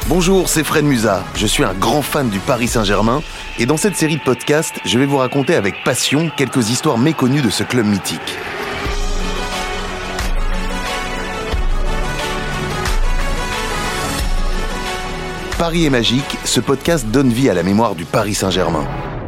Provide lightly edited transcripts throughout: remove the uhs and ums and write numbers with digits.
Bonjour, c'est Fred Musa. Je suis un grand fan du Paris Saint-Germain et dans cette série de podcasts, je vais vous raconter avec passion quelques histoires méconnues de ce club mythique. Paris est magique, ce podcast donne vie à la mémoire du Paris Saint-Germain.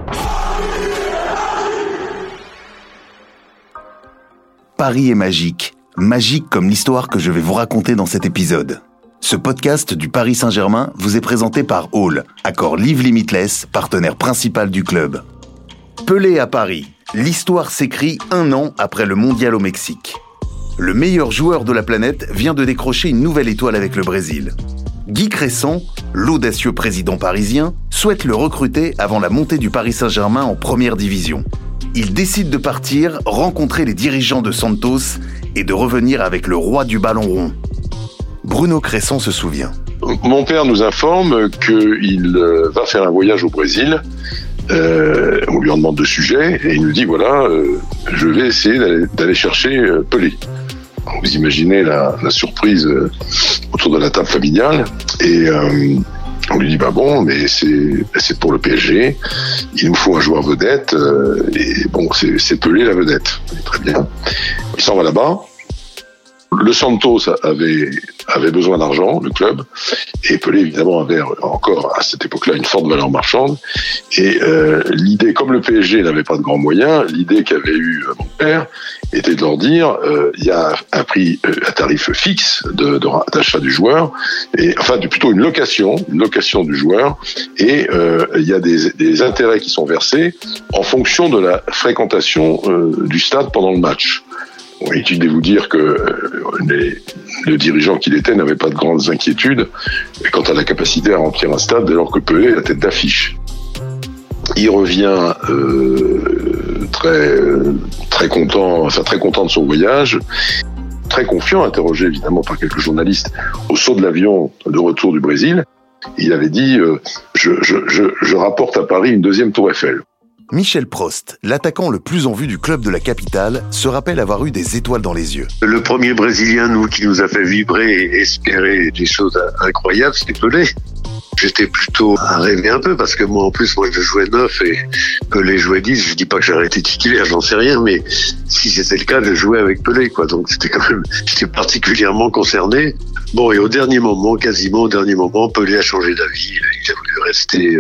Paris est magique, magique comme l'histoire que je vais vous raconter dans cet épisode. Ce podcast du Paris Saint-Germain vous est présenté par Hall, accord Live Limitless, partenaire principal du club. Pelé à Paris, l'histoire s'écrit 1 an après le mondial au Mexique. Le meilleur joueur de la planète vient de décrocher une nouvelle étoile avec le Brésil. Guy Crescent, l'audacieux président parisien, souhaite le recruter avant la montée du Paris Saint-Germain en première division. Il décide de partir, rencontrer les dirigeants de Santos et de revenir avec le roi du ballon rond. Bruno Crescent se souvient. Mon père nous informe qu'il va faire un voyage au Brésil. On lui en demande de sujets et il nous dit voilà, je vais essayer d'aller chercher Pelé. Vous imaginez la surprise autour de la table familiale et on lui dit bon, mais c'est pour le PSG, il nous faut un joueur vedette et bon, c'est Pelé la vedette. Très bien. Il s'en va là-bas. Le Santos avait besoin d'argent, le club, et Pelé évidemment avait encore à cette époque-là une forte valeur marchande. Et l'idée, comme le PSG n'avait pas de grands moyens, l'idée qu'avait eu mon père était de leur dire il y a un prix, un tarif fixe d'achat du joueur, et enfin plutôt une location du joueur, et il y a des intérêts qui sont versés en fonction de la fréquentation du stade pendant le match. Inutile de vous dire que le dirigeant qu'il était n'avait pas de grandes inquiétudes quant à la capacité à remplir un stade dès lors que Pelé est la tête d'affiche. Il revient très content de son voyage, très confiant, interrogé évidemment par quelques journalistes au saut de l'avion de retour du Brésil. Il avait dit je rapporte à Paris une 2e tour Eiffel. Michel Prost, l'attaquant le plus en vue du club de la capitale, se rappelle avoir eu des étoiles dans les yeux. Le premier Brésilien, qui nous a fait vibrer et espérer des choses incroyables, c'était Pelé. J'étais plutôt à rêver un peu parce que moi je jouais 9 et Pelé jouait 10. Je dis pas que j'aurais été titulaire, j'en sais rien, mais si c'était le cas, je jouais avec Pelé, quoi. Donc j'étais particulièrement concerné. Bon, et quasiment au dernier moment, Pelé a changé d'avis. Il a voulu rester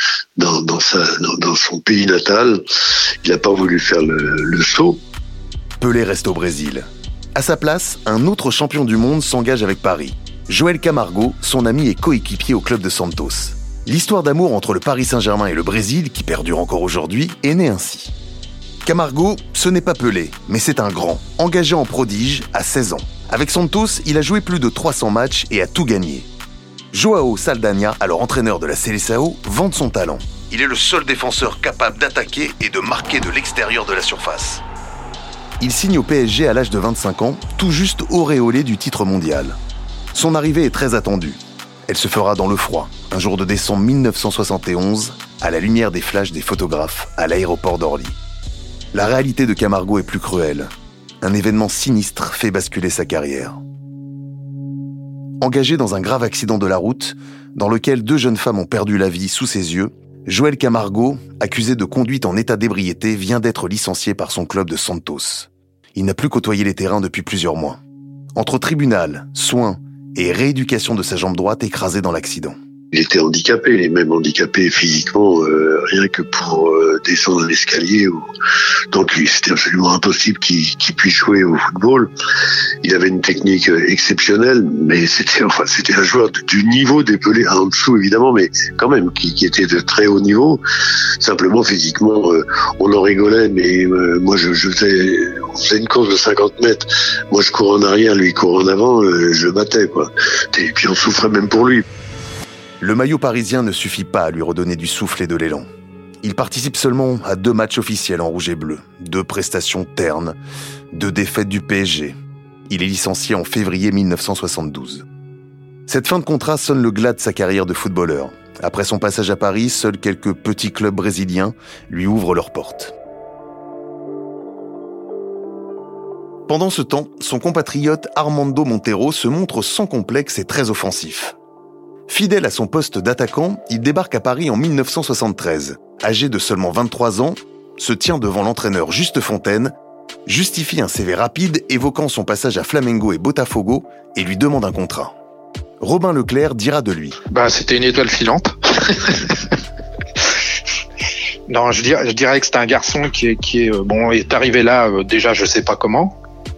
dans son pays natal. Il n'a pas voulu faire le saut. Pelé reste au Brésil. À sa place, un autre champion du monde s'engage avec Paris. Joël Camargo, son ami et coéquipier au club de Santos. L'histoire d'amour entre le Paris Saint-Germain et le Brésil, qui perdure encore aujourd'hui, est née ainsi. Camargo, ce n'est pas Pelé, mais c'est un grand, engagé en prodige à 16 ans. Avec Santos, il a joué plus de 300 matchs et a tout gagné. João Saldanha, alors entraîneur de la Seleção, vante son talent. Il est le seul défenseur capable d'attaquer et de marquer de l'extérieur de la surface. Il signe au PSG à l'âge de 25 ans, tout juste auréolé du titre mondial. Son arrivée est très attendue. Elle se fera dans le froid, un jour de décembre 1971, à la lumière des flashs des photographes à l'aéroport d'Orly. La réalité de Camargo est plus cruelle. Un événement sinistre fait basculer sa carrière. Engagé dans un grave accident de la route, dans lequel 2 jeunes femmes ont perdu la vie sous ses yeux, Joël Camargo, accusé de conduite en état d'ébriété, vient d'être licencié par son club de Santos. Il n'a plus côtoyé les terrains depuis plusieurs mois. Entre tribunal, soins et rééducation de sa jambe droite écrasée dans l'accident. Il était handicapé, et même handicapé physiquement, rien que pour descendre un escalier. Donc c'était absolument impossible qu'il puisse jouer au football. Il avait une technique exceptionnelle, mais c'était un joueur du niveau des Pelé, en dessous évidemment, mais quand même qui était de très haut niveau. Simplement physiquement, on en rigolait, mais moi on faisait une course de 50 mètres. Moi je courais en arrière, lui il courait en avant, je battais, quoi. Et puis on souffrait même pour lui. Le maillot parisien ne suffit pas à lui redonner du souffle et de l'élan. Il participe seulement à 2 matchs officiels en rouge et bleu, 2 prestations ternes, 2 défaites du PSG. Il est licencié en février 1972. Cette fin de contrat sonne le glas de sa carrière de footballeur. Après son passage à Paris, seuls quelques petits clubs brésiliens lui ouvrent leurs portes. Pendant ce temps, son compatriote Armando Monteiro se montre sans complexe et très offensif. Fidèle à son poste d'attaquant, il débarque à Paris en 1973. Âgé de seulement 23 ans, se tient devant l'entraîneur Juste Fontaine, justifie un CV rapide évoquant son passage à Flamengo et Botafogo et lui demande un contrat. Robin Leclerc dira de lui. C'était une étoile filante. Non, je dirais que c'est un garçon qui est arrivé là déjà je sais pas comment.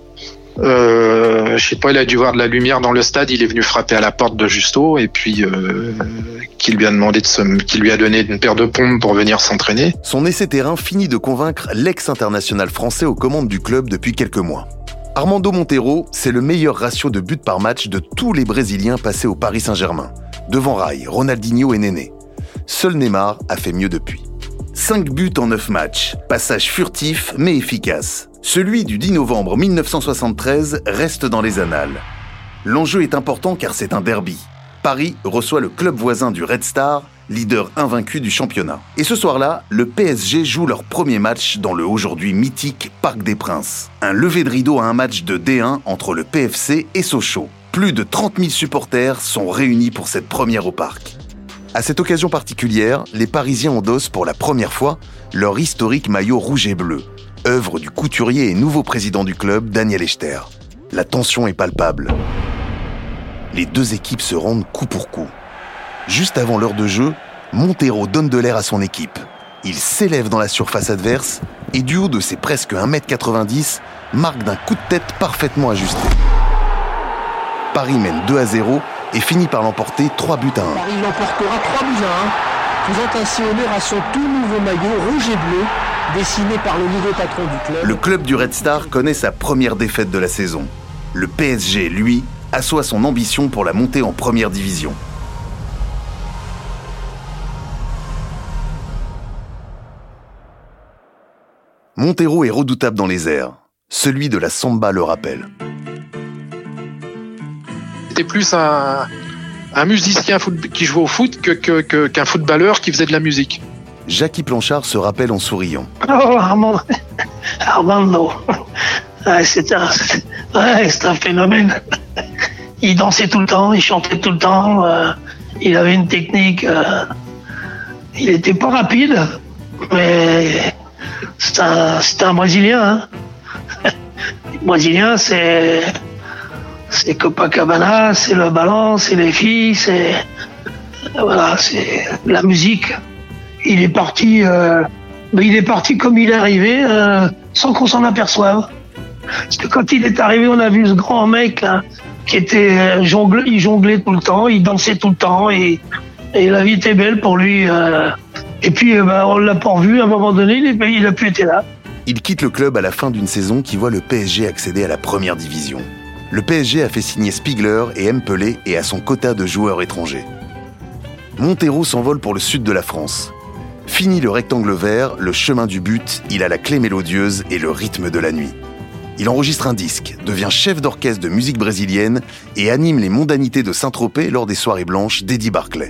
Je sais pas, il a dû voir de la lumière dans le stade, il est venu frapper à la porte de Justo et puis qui lui a donné une paire de pompes pour venir s'entraîner. Son essai terrain finit de convaincre l'ex-international français aux commandes du club depuis quelques mois. Armando Montero, c'est le meilleur ratio de buts par match de tous les Brésiliens passés au Paris Saint-Germain, devant Rai, Ronaldinho et Néné. Seul Neymar a fait mieux depuis. 5 buts en 9 matchs, passage furtif mais efficace. Celui du 10 novembre 1973 reste dans les annales. L'enjeu est important car c'est un derby. Paris reçoit le club voisin du Red Star, leader invaincu du championnat. Et ce soir-là, le PSG joue leur premier match dans le aujourd'hui mythique Parc des Princes. Un lever de rideau à un match de D1 entre le PFC et Sochaux. Plus de 30 000 supporters sont réunis pour cette première au parc. À cette occasion particulière, les Parisiens endossent pour la première fois leur historique maillot rouge et bleu, œuvre du couturier et nouveau président du club, Daniel Echter. La tension est palpable. Les deux équipes se rendent coup pour coup. Juste avant l'heure de jeu, Montero donne de l'air à son équipe. Il s'élève dans la surface adverse et du haut de ses presque 1m90, marque d'un coup de tête parfaitement ajusté. Paris mène 2-0 et finit par l'emporter 3 buts à 1. Paris l'emportera 3 buts à 1, faisant ainsi honneur à son tout nouveau maillot rouge et bleu, dessiné par le nouveau patron du club. Le club du Red Star connaît sa première défaite de la saison. Le PSG, lui, assoit son ambition pour la montée en première division. Montero est redoutable dans les airs. Celui de la samba le rappelle. C'était plus un musicien qui jouait au foot qu'un footballeur qui faisait de la musique. Jackie Planchard se rappelle en souriant. Oh, Armando. C'est un phénomène. Il dansait tout le temps, il chantait tout le temps. Il avait une technique. Il était pas rapide, mais c'est un Brésilien. Hein. Le Brésilien, c'est Copacabana, c'est le ballon, c'est les filles, c'est la musique. Il est parti comme il est arrivé, sans qu'on s'en aperçoive. Parce que quand il est arrivé, on a vu ce grand mec là, qui était il jonglait tout le temps, il dansait tout le temps, et la vie était belle pour lui. Et puis on l'a pas revu, à un moment donné, il a plus été là. Il quitte le club à la fin d'une saison qui voit le PSG accéder à la première division. Le PSG a fait signer Spiegler et Mpelé et a son quota de joueurs étrangers. Montero s'envole pour le sud de la France. Fini le rectangle vert, le chemin du but, il a la clé mélodieuse et le rythme de la nuit. Il enregistre un disque, devient chef d'orchestre de musique brésilienne et anime les mondanités de Saint-Tropez lors des soirées blanches d'Eddie Barclay.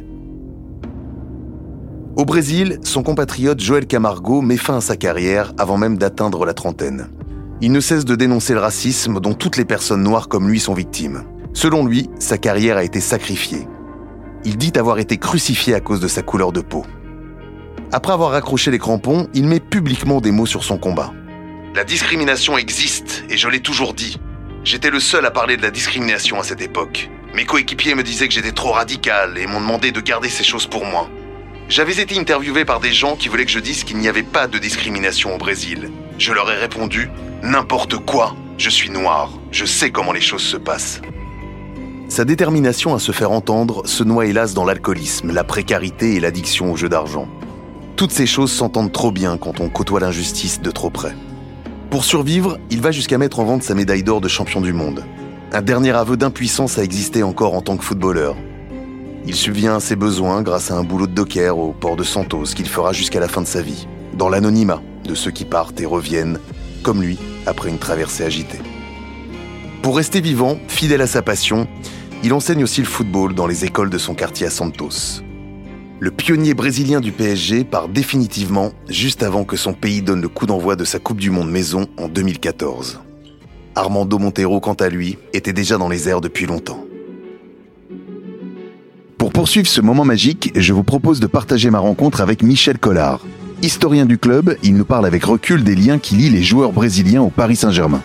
Au Brésil, son compatriote Joel Camargo met fin à sa carrière avant même d'atteindre la trentaine. Il ne cesse de dénoncer le racisme dont toutes les personnes noires comme lui sont victimes. Selon lui, sa carrière a été sacrifiée. Il dit avoir été crucifié à cause de sa couleur de peau. Après avoir raccroché les crampons, il met publiquement des mots sur son combat. La discrimination existe, et je l'ai toujours dit. J'étais le seul à parler de la discrimination à cette époque. Mes coéquipiers me disaient que j'étais trop radical et m'ont demandé de garder ces choses pour moi. J'avais été interviewé par des gens qui voulaient que je dise qu'il n'y avait pas de discrimination au Brésil. Je leur ai répondu « N'importe quoi, je suis noir, je sais comment les choses se passent ». Sa détermination à se faire entendre se noie hélas dans l'alcoolisme, la précarité et l'addiction au jeu d'argent. Toutes ces choses s'entendent trop bien quand on côtoie l'injustice de trop près. Pour survivre, il va jusqu'à mettre en vente sa médaille d'or de champion du monde. Un dernier aveu d'impuissance a existé encore en tant que footballeur. Il subvient à ses besoins grâce à un boulot de docker au port de Santos qu'il fera jusqu'à la fin de sa vie, dans l'anonymat de ceux qui partent et reviennent, comme lui, après une traversée agitée. Pour rester vivant, fidèle à sa passion, il enseigne aussi le football dans les écoles de son quartier à Santos. Le pionnier brésilien du PSG part définitivement juste avant que son pays donne le coup d'envoi de sa Coupe du Monde maison en 2014. Armando Montero, quant à lui, était déjà dans les airs depuis longtemps. Pour poursuivre ce moment magique, je vous propose de partager ma rencontre avec Michel Collard. Historien du club, il nous parle avec recul des liens qui lient les joueurs brésiliens au Paris Saint-Germain.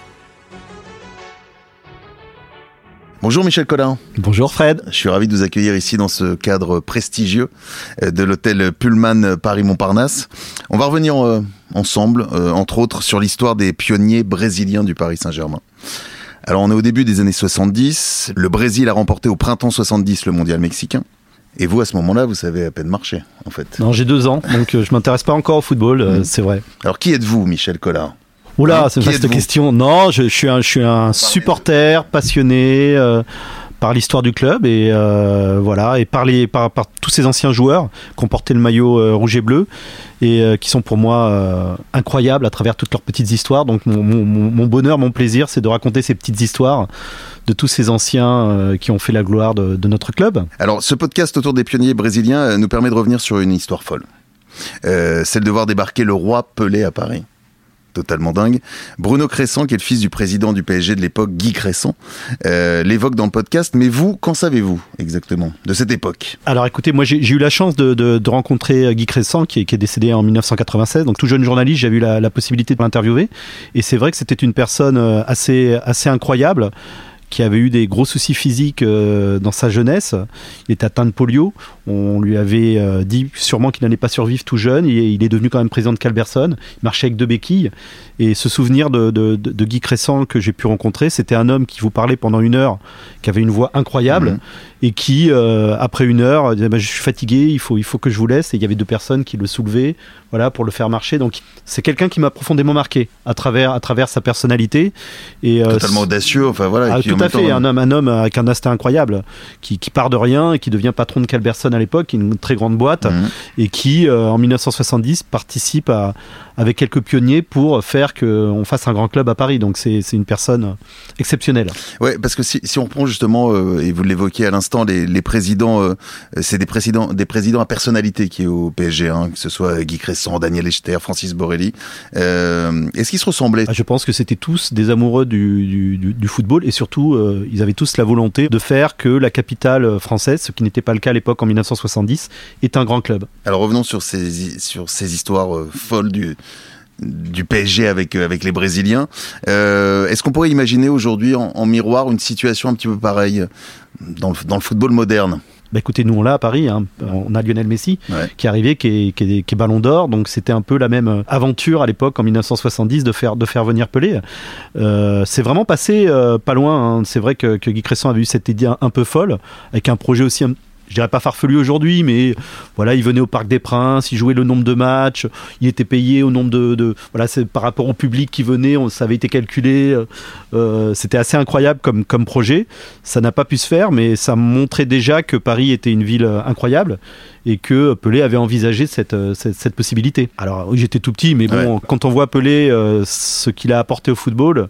Bonjour Michel Collard. Bonjour Fred. Je suis ravi de vous accueillir ici dans ce cadre prestigieux de l'hôtel Pullman Paris-Montparnasse. On va revenir ensemble, entre autres, sur l'histoire des pionniers brésiliens du Paris Saint-Germain. Alors on est au début des années 70, le Brésil a remporté au printemps 70 le mondial mexicain. Et vous, à ce moment-là, vous savez à peine marcher, en fait. Non, j'ai 2 ans, donc je m'intéresse pas encore au football, c'est vrai. Alors qui êtes-vous, Michel Collard ? Oula, c'est une vaste question. Non, je suis un supporter passionné par l'histoire du club et voilà, et par tous ces anciens joueurs qui ont porté le maillot rouge et bleu et qui sont pour moi incroyables à travers toutes leurs petites histoires. Donc mon bonheur, mon plaisir, c'est de raconter ces petites histoires de tous ces anciens qui ont fait la gloire de notre club. Alors, ce podcast autour des pionniers brésiliens nous permet de revenir sur une histoire folle. Celle de voir débarquer le roi Pelé à Paris. Totalement dingue. Bruno Crescent, qui est le fils du président du PSG de l'époque, Guy Crescent, l'évoque dans le podcast. Mais vous, qu'en savez-vous exactement de cette époque ? Alors écoutez, moi j'ai eu la chance de rencontrer Guy Crescent, qui est décédé en 1996. Donc tout jeune journaliste, j'avais eu la possibilité de l'interviewer. Et c'est vrai que c'était une personne assez incroyable, qui avait eu des gros soucis physiques dans sa jeunesse. Il était atteint de polio. On lui avait dit sûrement qu'il n'allait pas survivre tout jeune. Il est devenu quand même président de Calberson. Il marchait avec 2 béquilles. Et ce souvenir de Guy Crescent que j'ai pu rencontrer, c'était un homme qui vous parlait pendant 1 heure, qui avait une voix incroyable, et qui, après 1 heure, disait je suis fatigué, il faut que je vous laisse. Et il y avait 2 personnes qui le soulevaient, voilà, pour le faire marcher. Donc c'est quelqu'un qui m'a profondément marqué à travers sa personnalité. Et, totalement audacieux, enfin voilà. Tout à fait, un homme avec un instinct incroyable, qui part de rien et qui devient patron de Calberson à l'époque, une très grande boîte, et qui, en 1970, participe avec quelques pionniers pour faire qu'on fasse un grand club à Paris. Donc c'est une personne exceptionnelle. Ouais, parce que si on reprend justement, et vous l'évoquiez à l'instant, les présidents, c'est des présidents à personnalité qui est au PSG, que ce soit Guy Crescent, Daniel Echter, Francis Borrelli. Est-ce qu'ils se ressemblaient ? Je pense que c'était tous des amoureux du football, et surtout ils avaient tous la volonté de faire que la capitale française, ce qui n'était pas le cas à l'époque en 1970, est un grand club. Alors revenons sur ces histoires folles du PSG avec les Brésiliens. Est-ce qu'on pourrait imaginer aujourd'hui en miroir une situation un petit peu pareille dans le football moderne ? Écoutez, nous on l'a à Paris, on a Lionel Messi qui est arrivé, qui est Ballon d'Or, donc c'était un peu la même aventure à l'époque en 1970 de faire venir Pelé. C'est vraiment passé pas loin, C'est vrai que Guy Crescent avait eu cette idée un peu folle, avec un projet aussi je dirais pas farfelu aujourd'hui, mais voilà, il venait au Parc des Princes, il jouait le nombre de matchs, il était payé au nombre de voilà, c'est par rapport au public qui venait, ça avait été calculé, c'était assez incroyable comme projet. Ça n'a pas pu se faire, mais ça montrait déjà que Paris était une ville incroyable et que Pelé avait envisagé cette possibilité. Alors oui, j'étais tout petit, mais bon, quand on voit Pelé, ce qu'il a apporté au football,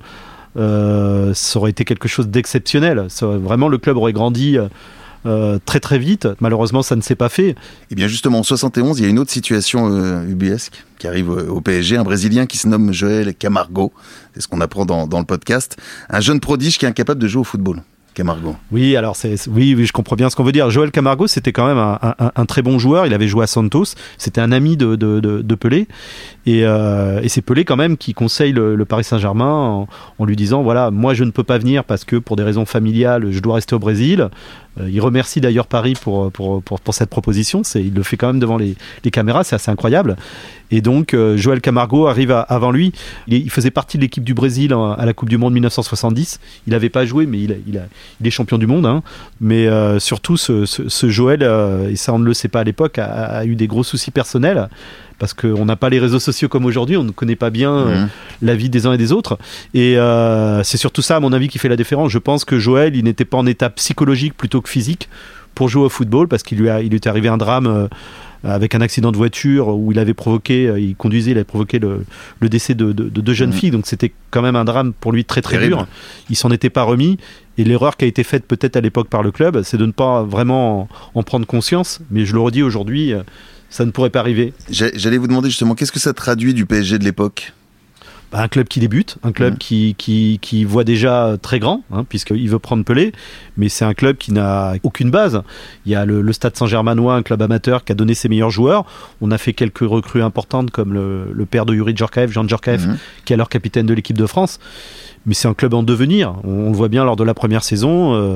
ça aurait été quelque chose d'exceptionnel. Vraiment, le club aurait grandi très très vite. Malheureusement, ça ne s'est pas fait. Et bien justement, en 71, il y a une autre situation ubuesque qui arrive au PSG, un Brésilien qui se nomme Joel Camargo. C'est ce qu'on apprend dans le podcast. Un jeune prodige qui est incapable de jouer au football. Camargo. Oui, alors oui, je comprends bien ce qu'on veut dire. Joel Camargo, c'était quand même un très bon joueur. Il avait joué à Santos. C'était un ami de Pelé. Et c'est Pelé quand même qui conseille le Paris Saint-Germain en lui disant voilà, moi je ne peux pas venir parce que pour des raisons familiales, je dois rester au Brésil. Il remercie d'ailleurs Paris pour cette proposition. Il le fait quand même devant les caméras. C'est assez incroyable. Et donc Joel Camargo arrive avant lui. Il faisait partie de l'équipe du Brésil à la Coupe du Monde 1970. Il n'avait pas joué, mais il est champion du monde. Mais surtout, ce Joel, et ça on ne le sait pas à l'époque, a eu des gros soucis personnels. Parce qu'on n'a pas les réseaux sociaux comme aujourd'hui, on ne connaît pas bien la vie des uns et des autres. Et c'est surtout ça, à mon avis, qui fait la différence. Je pense que Joël, il n'était pas en état psychologique plutôt que physique pour jouer au football, parce qu'il lui est arrivé un drame avec un accident de voiture où il avait provoqué le décès de 2 jeunes filles. Donc c'était quand même un drame pour lui très très dur. Il s'en était pas remis. Et l'erreur qui a été faite peut-être à l'époque par le club, c'est de ne pas vraiment en prendre conscience. Mais je le redis aujourd'hui, ça ne pourrait pas arriver. J'allais vous demander justement, qu'est-ce que ça traduit du PSG de l'époque ? Un club qui débute, un club qui voit déjà très grand, puisqu'il veut prendre Pelé, mais c'est un club qui n'a aucune base. Il y a le Stade Saint-Germanois, un club amateur qui a donné ses meilleurs joueurs. On a fait quelques recrues importantes comme le père de Yuri Djorkaeff, Jean Djorkaeff, qui est alors capitaine de l'équipe de France. Mais c'est un club en devenir. On le voit bien lors de la première saison.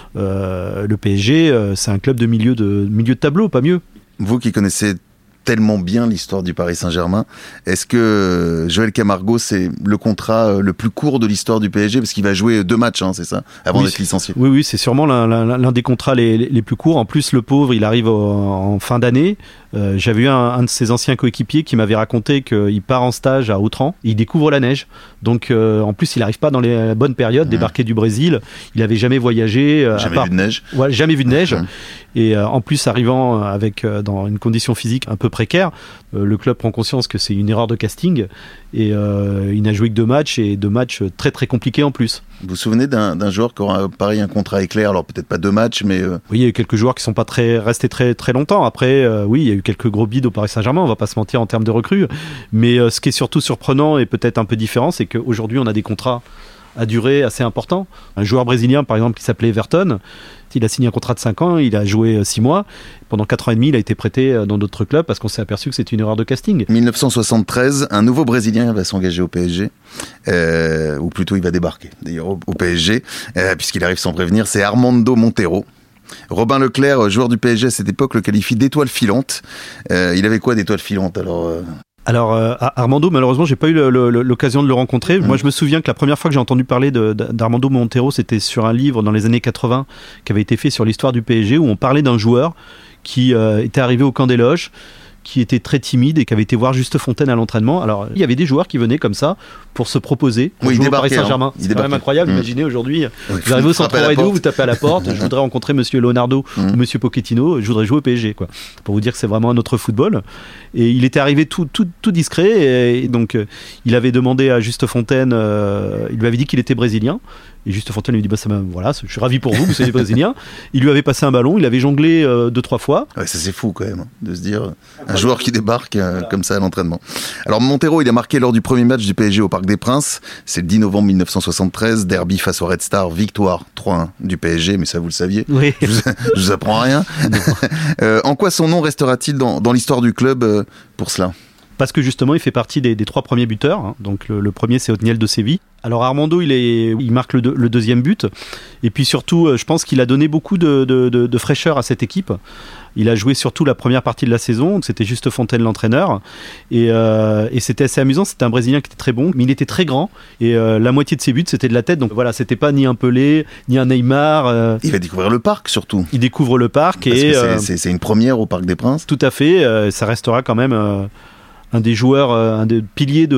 Le PSG, c'est un club de milieu de tableau, pas mieux. Vous qui connaissez tellement bien l'histoire du Paris Saint-Germain. Est-ce que Joël Camargo, c'est le contrat le plus court de l'histoire du PSG, parce qu'il va jouer 2 matchs, c'est ça, avant d'être licencié? Oui, c'est sûrement l'un des contrats les plus courts. En plus, le pauvre, il arrive en fin d'année. J'avais eu un de ses anciens coéquipiers qui m'avait raconté qu'il part en stage à Autran, il découvre la neige. Donc en plus, il n'arrive pas dans les bonnes périodes, débarqué du Brésil. Il n'avait jamais voyagé. Jamais vu de neige. Ouais, jamais vu de neige. Et en plus, arrivant dans une condition physique un peu précaire, le club prend conscience que c'est une erreur de casting. Et il n'a joué que 2 matchs, et 2 matchs très très compliqués en plus. Vous vous souvenez d'un joueur qui aura pareil un contrat éclair, alors peut-être pas 2 matchs, mais... Oui, il y a eu quelques joueurs qui ne sont pas restés très, très longtemps. Après, oui, il y a eu quelques gros bids au Paris Saint-Germain, on va pas se mentir en termes de recrues. Mais ce qui est surtout surprenant et peut-être un peu différent, c'est qu'aujourd'hui, on a des contrats à durée assez importants. Un joueur brésilien, par exemple, qui s'appelait Everton, il a signé un contrat de 5 ans, il a joué 6 mois. Pendant 4 ans et demi, il a été prêté dans d'autres clubs parce qu'on s'est aperçu que c'était une erreur de casting. 1973, un nouveau Brésilien va s'engager au PSG, ou plutôt il va débarquer d'ailleurs au PSG, puisqu'il arrive sans prévenir, c'est Armando Montero. Robin Leclerc, joueur du PSG à cette époque, le qualifie d'étoile filante. Il avait quoi d'étoile filante alors Armando, malheureusement, j'ai pas eu l'occasion de le rencontrer. Moi, je me souviens que la première fois que j'ai entendu parler d'Armando Montero, c'était sur un livre dans les années 80 qui avait été fait sur l'histoire du PSG, où on parlait d'un joueur qui était arrivé au camp des loges, qui était très timide et qui avait été voir Juste Fontaine à l'entraînement. Alors, il y avait des joueurs qui venaient comme ça pour se proposer pour jouer au Paris Saint-Germain. C'est quand même incroyable. Imaginez aujourd'hui, vous arrivez au Centre Pompidou, vous tapez à la porte, je voudrais rencontrer Monsieur Leonardo ou Monsieur Pochettino, je voudrais jouer au PSG, quoi. Pour vous dire que c'est vraiment un autre football. Et il était arrivé tout discret, et donc il avait demandé à Juste Fontaine, il lui avait dit qu'il était brésilien. Et Juste Fontaine lui dit voilà, je suis ravi pour vous, vous êtes brésilien. Il lui avait passé un ballon, il avait jonglé 2-3 fois. Ouais, ça c'est fou quand même, de se dire un joueur qui débarque comme ça à l'entraînement. Alors Montero, il a marqué lors du premier match du PSG au Parc des Princes. C'est le 10 novembre 1973, derby face au Red Star, victoire 3-1 du PSG, mais ça vous le saviez. Oui. Je vous apprends rien. En quoi son nom restera-t-il dans l'histoire du club pour cela? Parce que justement, il fait partie des 3 premiers buteurs. Donc le premier, c'est Otniel de Séville. Alors Armando, il marque le deuxième but. Et puis surtout, je pense qu'il a donné beaucoup de fraîcheur à cette équipe. Il a joué surtout la première partie de la saison. C'était Juste Fontaine l'entraîneur. Et c'était assez amusant. C'était un Brésilien qui était très bon, mais il était très grand. Et la moitié de ses buts, c'était de la tête. Donc voilà, c'était pas ni un Pelé, ni un Neymar. Il va découvrir le parc surtout. Il découvre le parc. Parce que c'est une première au Parc des Princes. Tout à fait. Ça restera quand même... un des joueurs, un des piliers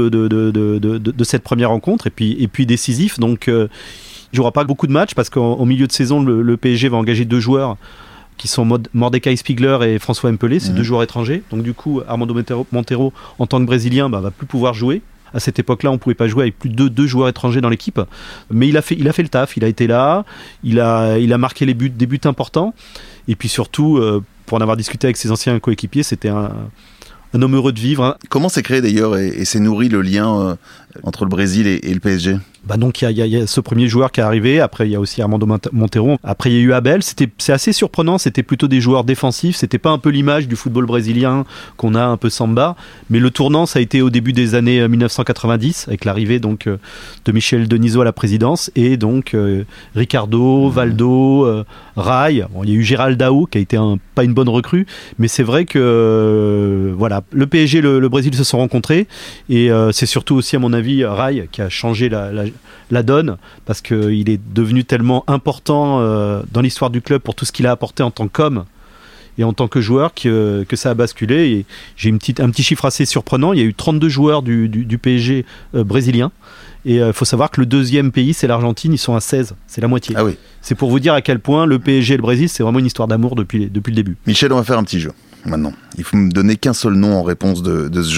de cette première rencontre, et puis décisif. Donc il ne jouera pas beaucoup de matchs parce qu'au milieu de saison, le PSG va engager 2 joueurs qui sont Mordecai Spiegler et François Mpelé, c'est 2 joueurs étrangers. Donc du coup, Armando Montero, en tant que Brésilien, va plus pouvoir jouer. À cette époque-là, on ne pouvait pas jouer avec plus de 2 joueurs étrangers dans l'équipe. Mais il a fait le taf, il a été là, il a marqué des buts importants. Et puis surtout, pour en avoir discuté avec ses anciens coéquipiers, c'était un homme heureux de vivre. Comment s'est créé d'ailleurs et s'est nourri le lien entre le Brésil et le PSG? Donc il y a ce premier joueur qui est arrivé, après il y a aussi Armando Montero, après il y a eu Abel. C'est assez surprenant, c'était plutôt des joueurs défensifs, c'était pas un peu l'image du football brésilien qu'on a un peu samba, mais le tournant ça a été au début des années 1990 avec l'arrivée donc de Michel Denisot à la présidence et donc Ricardo, Valdo, Rai. Il y a eu Gérald Dao qui a été pas une bonne recrue, mais c'est vrai que voilà, le PSG et le Brésil se sont rencontrés et c'est surtout aussi à mon avis Rai qui a changé la donne parce qu'il est devenu tellement important dans l'histoire du club pour tout ce qu'il a apporté en tant qu'homme et en tant que joueur que ça a basculé. Et j'ai un petit chiffre assez surprenant, il y a eu 32 joueurs du PSG brésilien et il faut savoir que le deuxième pays c'est l'Argentine, ils sont à 16, c'est la moitié. Ah oui. C'est pour vous dire à quel point le PSG et le Brésil c'est vraiment une histoire d'amour depuis le début. Michel, on va faire un petit jeu maintenant, il faut me donner qu'un seul nom en réponse de ce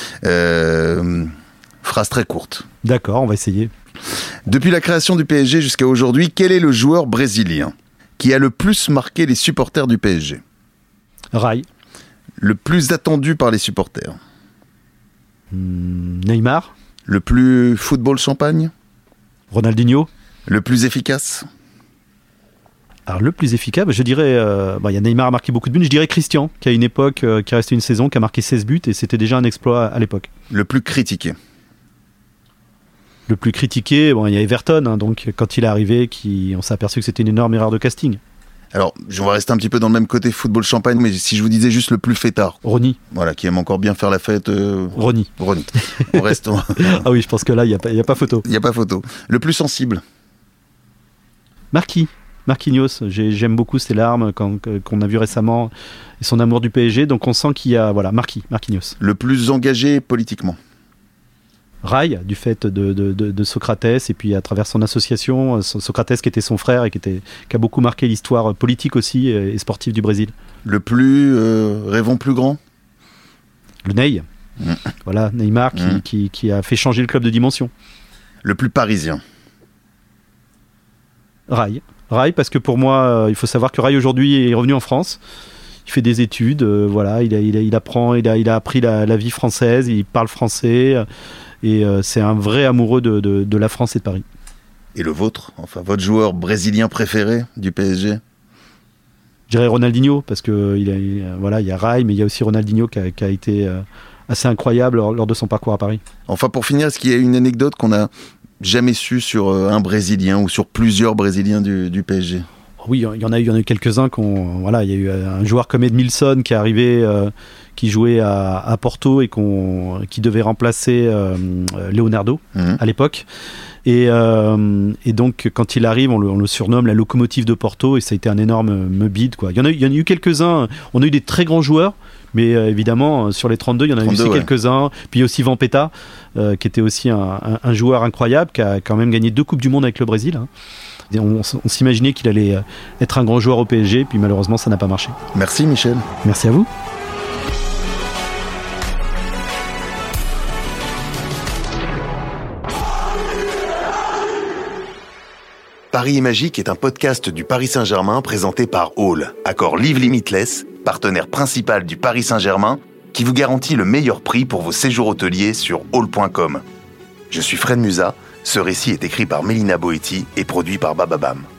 jeu. Phrase très courte. D'accord, on va essayer. Depuis la création du PSG jusqu'à aujourd'hui, quel est le joueur brésilien qui a le plus marqué les supporters du PSG? Rai. Le plus attendu par les supporters? Neymar. Le plus football champagne? Ronaldinho. Le plus efficace? Alors le plus efficace, je dirais, il y a Neymar a marqué beaucoup de buts, je dirais Christian, qui à une époque, qui est resté une saison, qui a marqué 16 buts, et c'était déjà un exploit à l'époque. Le plus critiqué? Le plus critiqué, il y a Everton, hein, donc quand il est arrivé, on s'est aperçu que c'était une énorme erreur de casting. Alors, on va rester un petit peu dans le même côté football champagne, mais si je vous disais juste le plus fêtard? Ronny. Voilà, qui aime encore bien faire la fête. Ronny. On reste. Ah oui, je pense que là, il n'y a pas photo. Il n'y a pas photo. Le plus sensible? Marquinhos, j'aime beaucoup ses larmes qu'on a vu récemment et son amour du PSG, donc on sent qu'il y a Marquinhos. Le plus engagé politiquement? Rai, du fait de Socrates, et puis à travers son association, Socrates qui était son frère et qui a beaucoup marqué l'histoire politique aussi et sportive du Brésil. Le plus rêvons plus grand? Le Ney. Voilà, Neymar qui a fait changer le club de dimension. Le plus parisien? Rai, parce que pour moi, il faut savoir que Rai aujourd'hui est revenu en France. Il fait des études, il apprend, il a appris la vie française, il parle français, et c'est un vrai amoureux de la France et de Paris. Et le vôtre, enfin votre joueur brésilien préféré du PSG? Je dirais Ronaldinho, parce que il y a Rai, mais il y a aussi Ronaldinho qui a été assez incroyable lors de son parcours à Paris. Enfin, pour finir, est-ce qu'il y a une anecdote qu'on a jamais su sur un Brésilien ou sur plusieurs Brésiliens du PSG? Oui, il y en a eu quelques-uns. Il y a eu un joueur comme Edmilson qui est arrivé, qui jouait à Porto et qui devait remplacer Leonardo à l'époque. Et donc, quand il arrive, on le surnomme la locomotive de Porto, et ça a été un énorme bide, quoi. Il y en a eu quelques-uns. On a eu des très grands joueurs, mais évidemment, sur les 32, il y en a eu aussi quelques-uns. Puis il y a aussi Vampeta, qui était aussi un joueur incroyable, qui a quand même gagné 2 Coupes du Monde avec le Brésil. Hein. Et on s'imaginait qu'il allait être un grand joueur au PSG, puis malheureusement, ça n'a pas marché. Merci Michel. Merci à vous. Paris est magique est un podcast du Paris Saint-Germain présenté par Hall, accord Live Limitless, partenaire principal du Paris Saint-Germain, qui vous garantit le meilleur prix pour vos séjours hôteliers sur hall.com. Je suis Fred Musa, ce récit est écrit par Mélina Boetti et produit par Bababam.